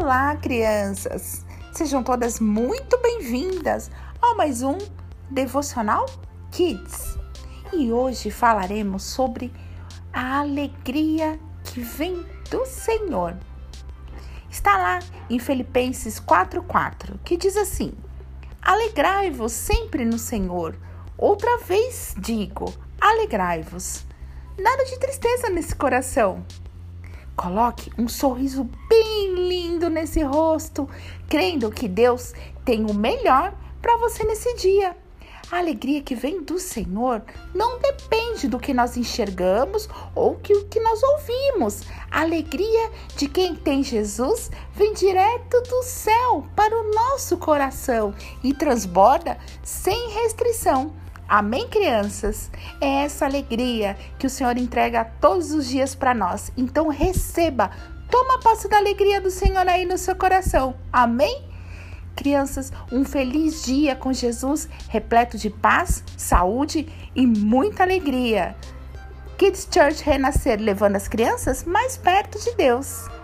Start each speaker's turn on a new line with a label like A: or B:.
A: Olá, crianças! Sejam todas muito bem-vindas a mais um Devocional Kids. E hoje falaremos sobre a alegria que vem do Senhor. Está lá em Filipenses 4:4, que diz assim: Alegrai-vos sempre no Senhor. Outra vez digo, alegrai-vos. Nada de tristeza nesse coração. Coloque um sorriso bem lindo nesse rosto, crendo que Deus tem o melhor para você nesse dia. A alegria que vem do Senhor não depende do que nós enxergamos ou do que nós ouvimos. A alegria de quem tem Jesus vem direto do céu para o nosso coração e transborda sem restrição. Amém, crianças? É essa alegria que o Senhor entrega todos os dias para nós. Então receba, toma posse da alegria do Senhor aí no seu coração. Amém? Crianças, um feliz dia com Jesus, repleto de paz, saúde e muita alegria. Kids Church Renascer, levando as crianças mais perto de Deus.